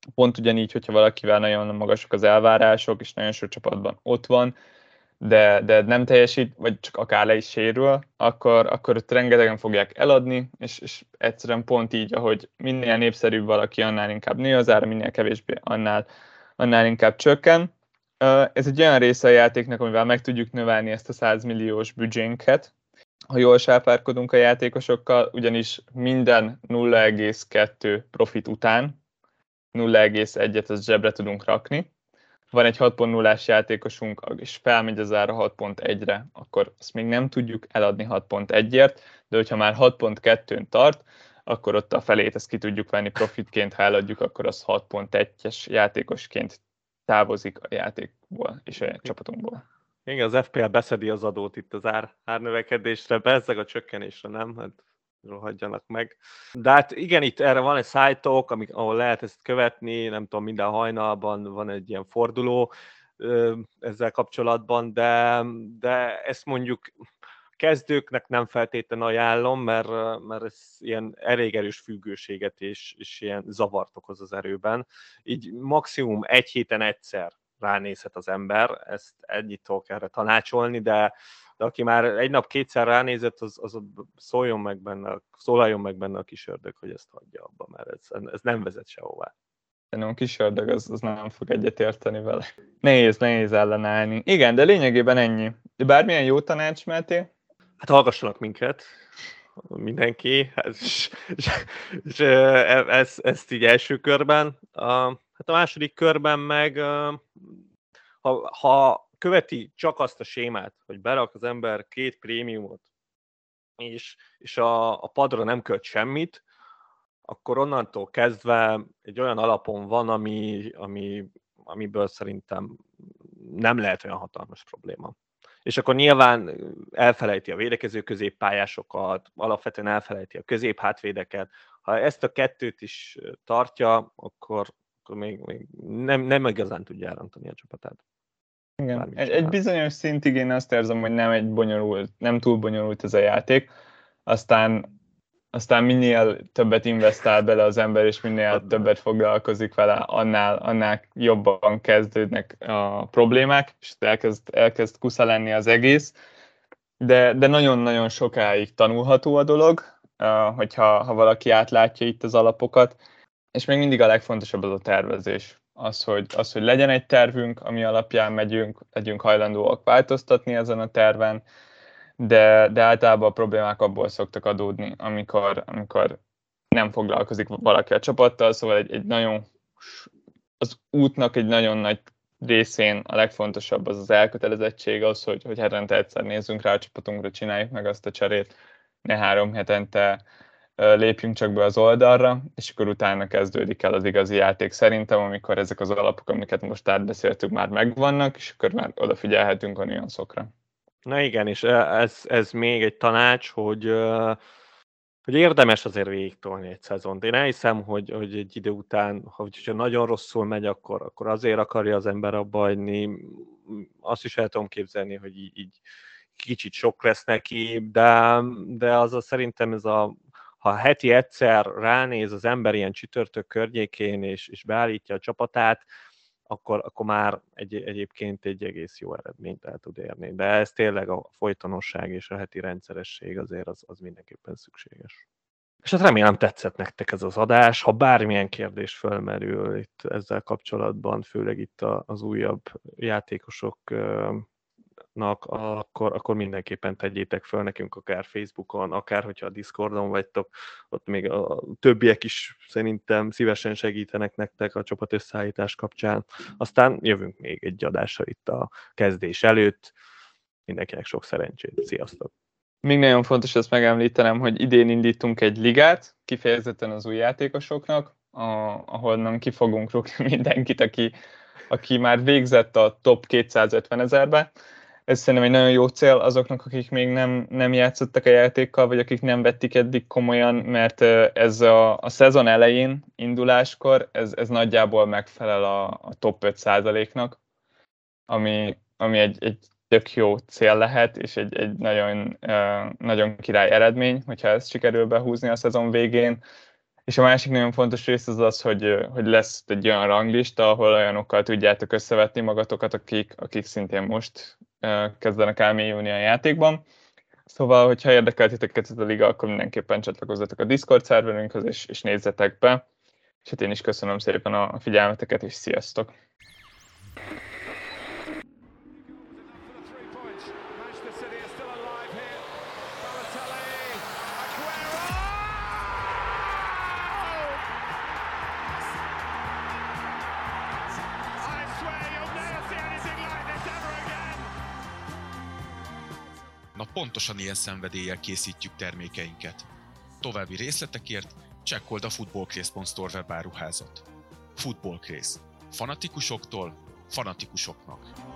Pont ugyanígy, hogyha valakivel nagyon magasak az elvárások, és nagyon sok csapatban ott van, de nem teljesít, vagy csak akár le is sérül, akkor ott rengetegen fogják eladni, és egyszerűen pont így, ahogy minél népszerűbb valaki, annál inkább nő az ára, minél kevésbé, annál inkább csökken. Ez egy olyan része a játéknak, amivel meg tudjuk növelni ezt a 100 milliós büdzsénket, ha jól sáfárkodunk a játékosokkal, ugyanis minden 0,2 profit után 0,1-et az zsebre tudunk rakni. Van egy 6.0-ás játékosunk, és felmegy az ára 6.1-re, akkor azt még nem tudjuk eladni 6.1-ért, de hogyha már 6.2-n tart, akkor ott a felét ezt ki tudjuk venni profitként, ha eladjuk, akkor az 6.1-es játékosként távozik a játékból és a csapatunkból. Igen, az FPL beszedi az adót itt az árnövekedésre, bezzeg a csökkenésre nem, hát rohadjanak meg. De hát igen, itt erre van egy szájtok, ahol lehet ezt követni, nem tudom, minden hajnalban van egy ilyen forduló ezzel kapcsolatban, de ezt mondjuk kezdőknek nem feltétlenül ajánlom, mert ez ilyen elég erős függőséget és ilyen zavart okoz az erőben. Így maximum egy héten egyszer ránézhet az ember, ezt ennyit tudok erre tanácsolni, de aki már egy nap kétszer ránézett, az szólaljon meg benne a kis ördög, hogy ezt hagyja abba, mert ez nem vezet sehová. A kis ördög az nem fog egyetérteni vele. Nehéz ellenállni. Igen, de lényegében ennyi. De bármilyen jó tanács, Máté? Hát hallgassanak minket, mindenki, és ezt így első körben. Hát a második körben meg, ha követi csak azt a sémát, hogy berak az ember 2 prémiumot, és a padra nem költ semmit, akkor onnantól kezdve egy olyan alapon van, amiből szerintem nem lehet olyan hatalmas probléma. És akkor nyilván elfelejti a védekező középpályásokat, alapvetően elfelejti a középhátvédeket. Ha ezt a kettőt is tartja, akkor még nem igazán tudja elrontani a csapatát. Igen. Egy bizonyos szintig én azt érzem, hogy nem túl bonyolult ez a játék. Aztán minél többet investál bele az ember, és minél többet foglalkozik vele, annál jobban kezdődnek a problémák, és elkezd kusza lenni az egész. De nagyon-nagyon sokáig tanulható a dolog, hogyha valaki átlátja itt az alapokat, és még mindig a legfontosabb az a tervezés. Az, hogy legyen egy tervünk, ami alapján legyünk hajlandóak változtatni ezen a terven, de általában a problémák abból szoktak adódni, amikor nem foglalkozik valaki a csapattal, szóval az útnak egy nagyon nagy részén a legfontosabb az elkötelezettség, az, hogy hetente egyszer nézzünk rá a csapatunkra, csináljuk meg azt a cserét, ne 3 hetente lépjünk csak be az oldalra, és akkor utána kezdődik el az igazi játék szerintem, amikor ezek az alapok, amiket most átbeszéltük, már megvannak, és akkor már odafigyelhetünk a nüanszokra. Na igen, és ez még egy tanács, hogy érdemes azért végigtolni egy szezont. Én elhiszem, hogy egy idő után, hogyha nagyon rosszul megy, akkor azért akarja az ember abba hagyni. Azt is el tudom képzelni, hogy így kicsit sok lesz neki, de az szerintem ha heti egyszer ránéz az ember ilyen csütörtök környékén, és beállítja a csapatát, akkor már egyébként egy egész jó eredményt el tud érni. De ez tényleg a folytonosság és a heti rendszeresség azért az mindenképpen szükséges. És hát remélem tetszett nektek ez az adás. Ha bármilyen kérdés fölmerül itt ezzel kapcsolatban, főleg itt az újabb játékosoknak, akkor mindenképpen tegyétek föl nekünk, akár Facebookon, akár hogyha a Discordon vagytok, ott még a többiek is szerintem szívesen segítenek nektek a csapat összeállítás kapcsán. Aztán jövünk még egy adással itt a kezdés előtt. Mindenkinek sok szerencsét. Sziasztok! Még nagyon fontos ezt megemlítenem, hogy idén indítunk egy ligát, kifejezetten az új játékosoknak, ahonnan ki fogunk rúgni mindenkit, aki már végzett a top 250 000-be. Ez szerintem egy nagyon jó cél azoknak, akik még nem játszottak a játékkal, vagy akik nem vették eddig komolyan, mert ez a szezon elején, induláskor, ez nagyjából megfelel a top 5%-nak, ami egy tök jó cél lehet, és egy nagyon, nagyon király eredmény, hogyha ezt sikerül behúzni a szezon végén. És a másik nagyon fontos rész az, hogy lesz egy olyan ranglista, ahol olyanokkal tudjátok összevetni magatokat, akik szintén most kezdenek elmélyülni a játékban. Szóval, hogyha érdekel titeket ez a liga, akkor mindenképpen csatlakozzatok a Discord szerverünkhöz, és nézzetek be. És hát én is köszönöm szépen a figyelmeteket, és sziasztok! Na pontosan ilyen szenvedéllyel készítjük termékeinket. További részletekért csekkold a footballcraze.store webáruházat. Footballcraze. Fanatikusoktól fanatikusoknak.